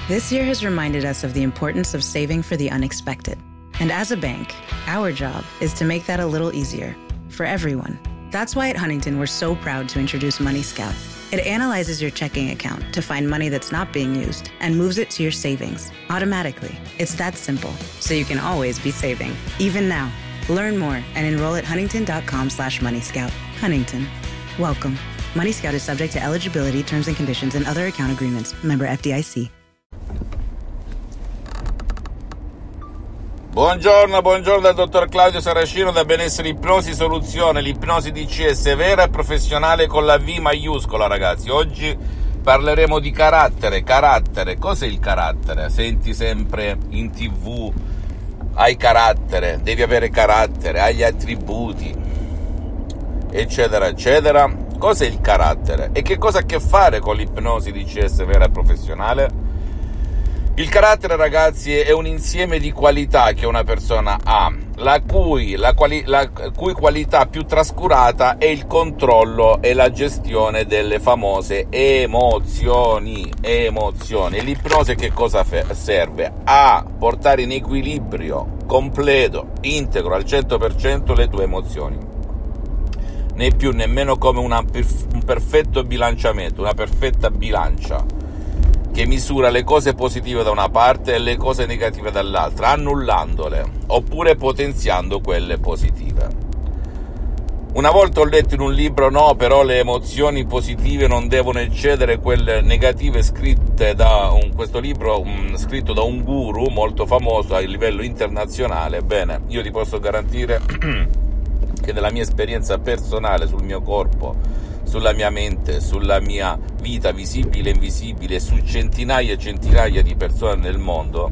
This year has reminded us of the importance of saving for the unexpected. And as a bank, our job is to make that a little easier for everyone. That's why at Huntington, we're so proud to introduce Money Scout. It analyzes your checking account to find money that's not being used and moves it to your savings automatically. It's that simple, so you can always be saving, even now. Learn more and enroll at huntington.com/moneyscout. Huntington. Welcome. Money Scout is subject to eligibility, terms and conditions, and other account agreements. Member FDIC. Buongiorno dal dottor Claudio Saracino da Benessere Ipnosi Soluzione, l'ipnosi DCS vera e professionale con la V maiuscola, ragazzi. Oggi parleremo di carattere. Cos'è il carattere? Senti sempre in TV, hai carattere, devi avere carattere, hai gli attributi, eccetera, eccetera. Cos'è il carattere? E che cosa ha a che fare con l'ipnosi DCS vera e professionale? Il carattere, ragazzi, è un insieme di qualità che una persona ha, la cui qualità più trascurata è il controllo e la gestione delle famose emozioni. L'ipnosi che cosa serve? A portare in equilibrio completo, integro, al 100% le tue emozioni. Né più né meno come un perfetto bilanciamento, una perfetta bilancia che misura le cose positive da una parte e le cose negative dall'altra, annullandole oppure potenziando quelle positive. Una volta ho letto in un libro, no, però le emozioni positive non devono eccedere quelle negative, questo libro scritto da un guru molto famoso a livello internazionale. Bene, io ti posso garantire che nella mia esperienza personale, sul mio corpo, sulla mia mente, sulla mia vita visibile e invisibile, su centinaia e centinaia di persone nel mondo,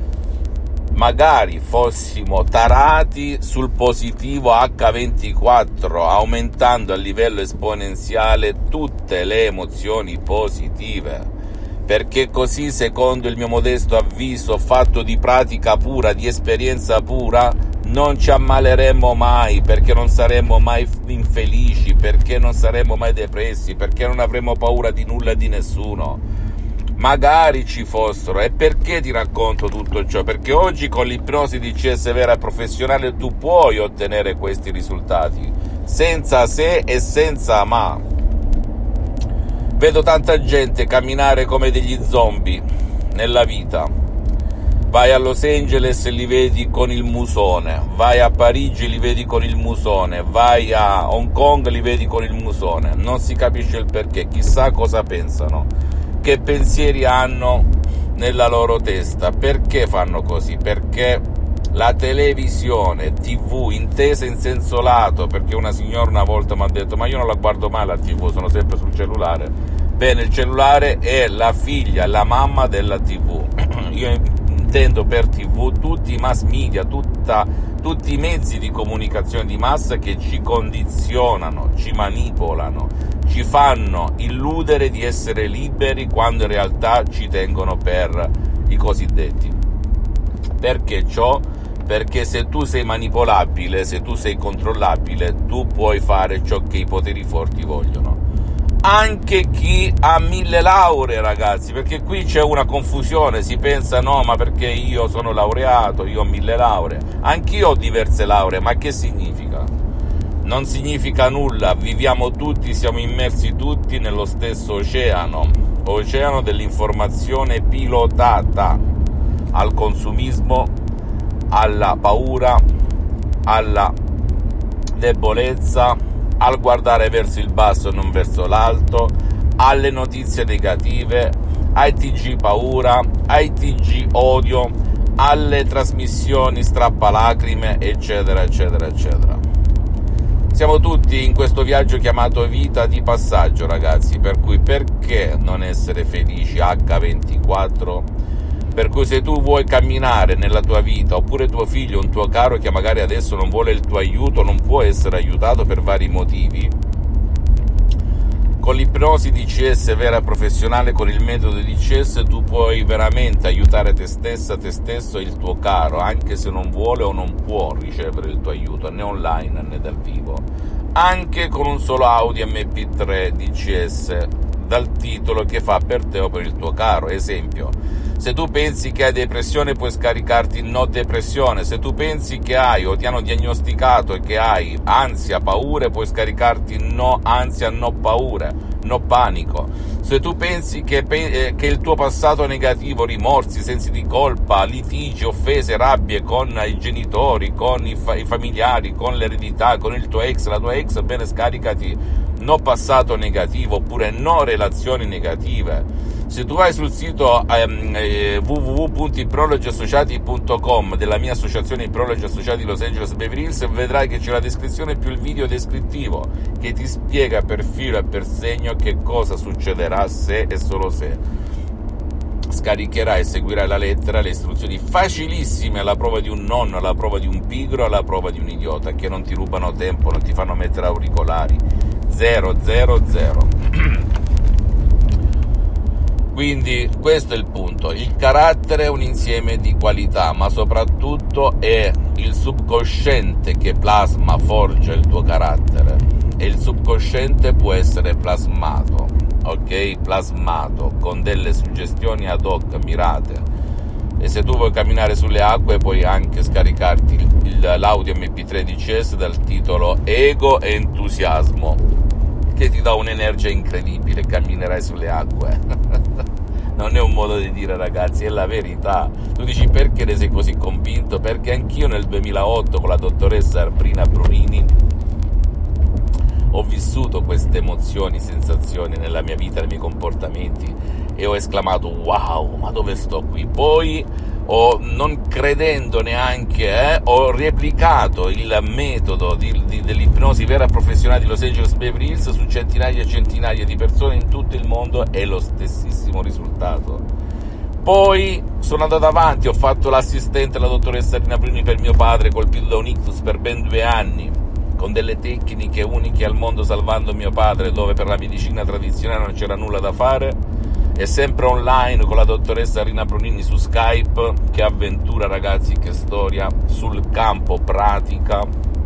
magari fossimo tarati sul positivo H24, aumentando a livello esponenziale tutte le emozioni positive, perché così, secondo il mio modesto avviso, fatto di pratica pura, di esperienza pura, non ci ammaleremmo mai, perché non saremmo mai infelici, perché non saremmo mai depressi, perché non avremmo paura di nulla e di nessuno. Magari ci fossero. E perché ti racconto tutto ciò? Perché oggi con l'ipnosi DCS vera e professionale tu puoi ottenere questi risultati, senza se e senza ma. Vedo tanta gente camminare come degli zombie nella vita. Vai a Los Angeles e li vedi con il musone, vai a Parigi e li vedi con il musone, vai a Hong Kong e li vedi con il musone. Non si capisce il perché, chissà cosa pensano, che pensieri hanno nella loro testa, perché fanno così, perché la televisione, TV, intesa in senso lato, perché una signora una volta mi ha detto ma io non la guardo mai la TV, sono sempre sul cellulare. Bene, il cellulare è la figlia, la mamma della TV. Io intendo per TV tutti i mass media, tutti i mezzi di comunicazione di massa che ci condizionano, ci manipolano, ci fanno illudere di essere liberi quando in realtà ci tengono per i cosiddetti. Perché ciò? Perché se tu sei manipolabile, se tu sei controllabile, tu puoi fare ciò che i poteri forti vogliono. Anche chi ha 1000 lauree, ragazzi, perché qui c'è una confusione, si pensa no, ma perché io sono laureato, io ho 1000 lauree, anch'io ho diverse lauree, ma che significa? Non significa nulla, viviamo tutti, siamo immersi tutti nello stesso oceano dell'informazione pilotata al consumismo, alla paura, alla debolezza, al guardare verso il basso e non verso l'alto, alle notizie negative, ai TG paura, ai TG odio, alle trasmissioni strappalacrime, eccetera, eccetera, eccetera. Siamo tutti in questo viaggio chiamato vita di passaggio, ragazzi, per cui perché non essere felici H24? Per cui se tu vuoi camminare nella tua vita, oppure tuo figlio, un tuo caro che magari adesso non vuole il tuo aiuto, non può essere aiutato per vari motivi, con l'ipnosi DCS vera e professionale, con il metodo DCS, tu puoi veramente aiutare te stessa, te stesso e il tuo caro, anche se non vuole o non può ricevere il tuo aiuto, né online né dal vivo, anche con un solo audio MP3 DCS dal titolo che fa per te o per il tuo caro. Esempio, se tu pensi che hai depressione puoi scaricarti no depressione, se tu pensi che hai o ti hanno diagnosticato che hai ansia, paure, puoi scaricarti no ansia, no paure, no panico. Se tu pensi che il tuo passato negativo, rimorsi, sensi di colpa, litigi, offese, rabbie con i genitori, con i familiari, con l'eredità, con il tuo ex, la tua ex, bene, scaricati no passato negativo oppure no relazioni negative. Se tu vai sul sito www.iprologiassociati.com della mia associazione Iprologi Associati Los Angeles Beverly Hills, vedrai che c'è la descrizione più il video descrittivo che ti spiega per filo e per segno che cosa succederà se e solo se scaricherai e seguirai la lettera, le istruzioni facilissime alla prova di un nonno, alla prova di un pigro, alla prova di un idiota, che non ti rubano tempo, non ti fanno mettere auricolari. 0. Quindi questo è il punto. Il carattere è un insieme di qualità, ma soprattutto è il subconsciente che plasma, forgia il tuo carattere, e il subconsciente può essere plasmato, ok? Plasmato con delle suggestioni ad hoc mirate. E se tu vuoi camminare sulle acque puoi anche scaricarti l'audio MP3 DCS dal titolo Ego e Entusiasmo, che ti dà un'energia incredibile, camminerai sulle acque. Non è un modo di dire, ragazzi, è la verità. Tu dici perché ne sei così convinto? Perché anch'io nel 2008 con la dottoressa Rina Brunini ho vissuto queste emozioni, sensazioni nella mia vita, nei miei comportamenti, e ho esclamato wow, ma dove sto qui? Poi non credendo neanche, ho replicato il metodo dell'ipnosi vera professionale di Los Angeles Beverly Hills su centinaia e centinaia di persone in tutto il mondo, e lo stessissimo risultato. Poi sono andato avanti, ho fatto l'assistente alla dottoressa Rina Bruni per mio padre, colpito da un ictus per ben 2 anni, con delle tecniche uniche al mondo, salvando mio padre, dove per la medicina tradizionale non c'era nulla da fare. E sempre online con la dottoressa Rina Brunini su Skype. Che avventura, ragazzi, che storia sul campo, pratica.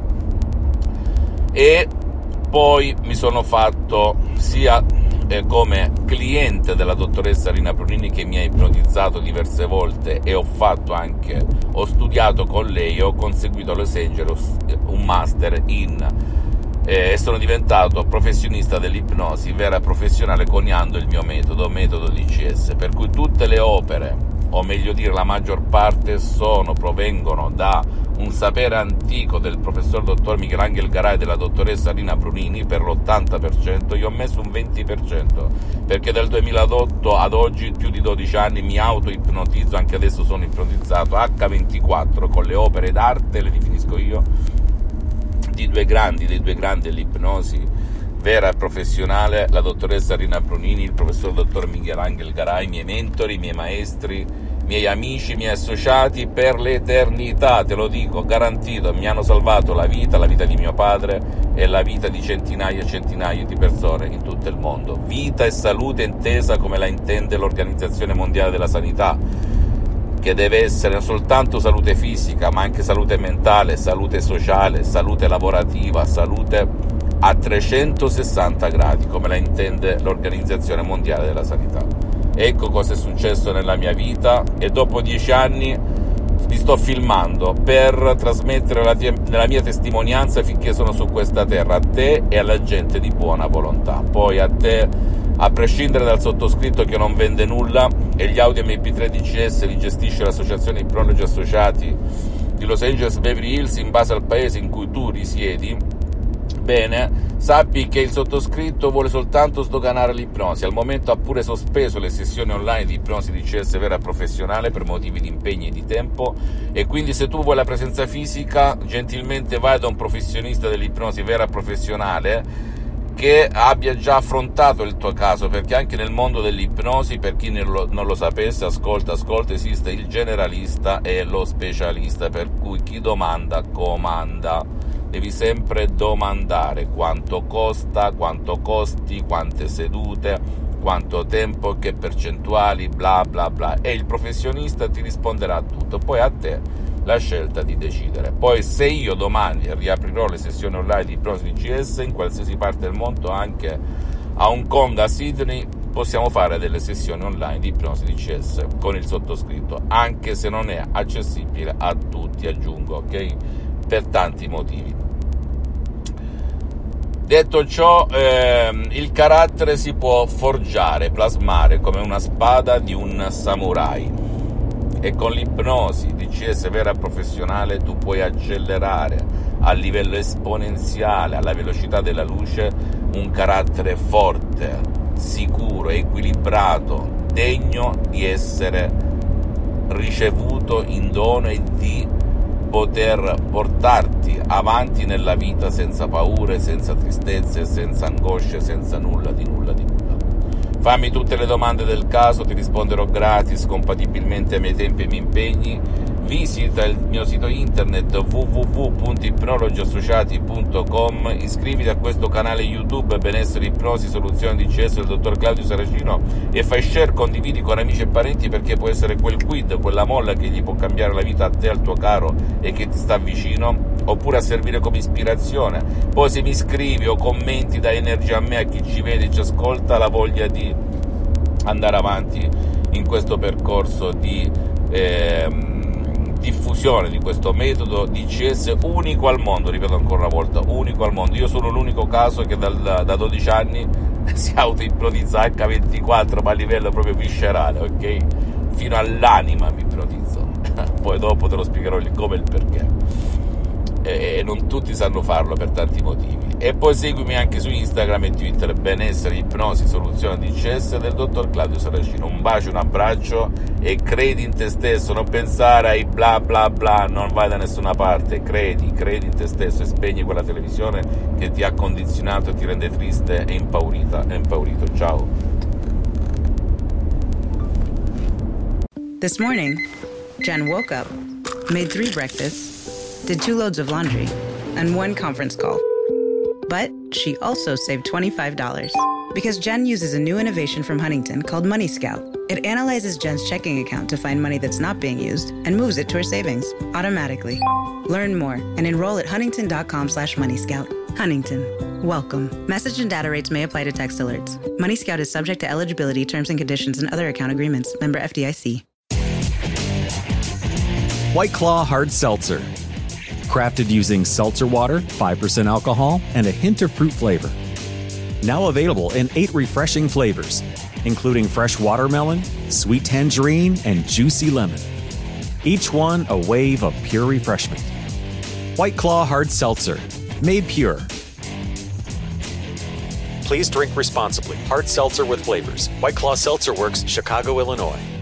E poi mi sono fatto sia come cliente della dottoressa Rina Brunini, che mi ha ipnotizzato diverse volte, e ho studiato con lei, ho conseguito a Los Angeles un master e sono diventato professionista dell'ipnosi vera professionale coniando il mio metodo DCS, per cui tutte le opere, o meglio dire la maggior parte, provengono da un sapere antico del professor dottor Michelangelo Garai e della dottoressa Rina Brunini. Per l'80% io ho messo un 20%, perché dal 2008 ad oggi, più di 12 anni, mi auto-ipnotizzo, anche adesso sono ipnotizzato H24 con le opere d'arte, le definisco io, dei due grandi dell'ipnosi vera e professionale, la dottoressa Rina Brunini, il professor dottor Michelangelo Garai, miei mentori, miei maestri, miei amici, miei associati per l'eternità, te lo dico, garantito. Mi hanno salvato la vita di mio padre e la vita di centinaia e centinaia di persone in tutto il mondo. Vita e salute intesa come la intende l'Organizzazione Mondiale della Sanità, che deve essere non soltanto salute fisica, ma anche salute mentale, salute sociale, salute lavorativa, salute a 360 gradi, come la intende l'Organizzazione Mondiale della Sanità. Ecco cosa è successo nella mia vita, e dopo 10 anni vi sto filmando per trasmettere la mia testimonianza finché sono su questa terra, a te e alla gente di buona volontà. Poi a te, a prescindere dal sottoscritto che non vende nulla, e gli audio MP3 DCS li gestisce l'associazione Iprologi Associati di Los Angeles Beverly Hills in base al paese in cui tu risiedi, bene, sappi che il sottoscritto vuole soltanto sdoganare l'ipnosi. Al momento ha pure sospeso le sessioni online di ipnosi DCS vera professionale per motivi di impegni e di tempo, e quindi se tu vuoi la presenza fisica, gentilmente vai da un professionista dell'ipnosi vera professionale che abbia già affrontato il tuo caso, perché anche nel mondo dell'ipnosi, per chi non lo sapesse, ascolta, esiste il generalista e lo specialista, per cui chi domanda comanda. Devi sempre domandare quanto costa, quanto costi, quante sedute, quanto tempo, che percentuali, bla bla bla, e il professionista ti risponderà a tutto. Poi a te la scelta di decidere. Poi se io domani riaprirò le sessioni online di ipnosi DCS in qualsiasi parte del mondo, anche a Hong Kong, a Sydney, possiamo fare delle sessioni online di ipnosi DCS con il sottoscritto, anche se non è accessibile a tutti, aggiungo, ok? Per tanti motivi. Detto ciò, il carattere si può forgiare, plasmare come una spada di un samurai, e con l'ipnosi DCS vera e professionale tu puoi accelerare a livello esponenziale, alla velocità della luce, un carattere forte, sicuro, equilibrato, degno di essere ricevuto in dono e di poter portarti avanti nella vita senza paure, senza tristezze, senza angosce, senza nulla di nulla di nulla. Fammi tutte le domande del caso, ti risponderò gratis, compatibilmente ai miei tempi e ai miei impegni. Visita il mio sito internet www.ipnologiassociati.com, iscriviti a questo canale YouTube Benessere Ipnosi Soluzioni DCS del dottor Claudio Saracino e fai share, condividi con amici e parenti, perché può essere quel quid, quella molla che gli può cambiare la vita a te e al tuo caro e che ti sta vicino, oppure a servire come ispirazione. Poi se mi iscrivi o commenti dai energia a me, a chi ci vede e ci ascolta, la voglia di andare avanti in questo percorso di diffusione di questo metodo DCS unico al mondo, ripeto ancora una volta, unico al mondo. Io sono l'unico caso che da 12 anni si auto-ipnotizza H24, ma a livello proprio viscerale, ok? Fino all'anima mi ipnotizzo. Poi dopo te lo spiegherò il come e il perché. E non tutti sanno farlo per tanti motivi. E poi seguimi anche su Instagram e Twitter, Benessere Ipnosi Soluzione DCS del dottor Claudio Saracino. Un bacio, un abbraccio e credi in te stesso, non pensare ai bla bla bla, non vai da nessuna parte, credi in te stesso e spegni quella televisione che ti ha condizionato e ti rende triste e impaurito. Ciao. This morning, Jen woke up, made 3 breakfasts, did 2 loads of laundry, and 1 conference call. But she also saved $25 because Jen uses a new innovation from Huntington called Money Scout. It analyzes Jen's checking account to find money that's not being used and moves it to her savings automatically. Learn more and enroll at huntington.com/moneyscout. Huntington. Welcome. Message and data rates may apply to text alerts. Money Scout is subject to eligibility, terms and conditions, and other account agreements. Member FDIC. White Claw Hard Seltzer. Crafted using seltzer water, 5% alcohol, and a hint of fruit flavor. Now available in 8 refreshing flavors, including fresh watermelon, sweet tangerine, and juicy lemon. Each one a wave of pure refreshment. White Claw Hard Seltzer. Made pure. Please drink responsibly. Hard seltzer with flavors. White Claw Seltzer Works, Chicago, Illinois.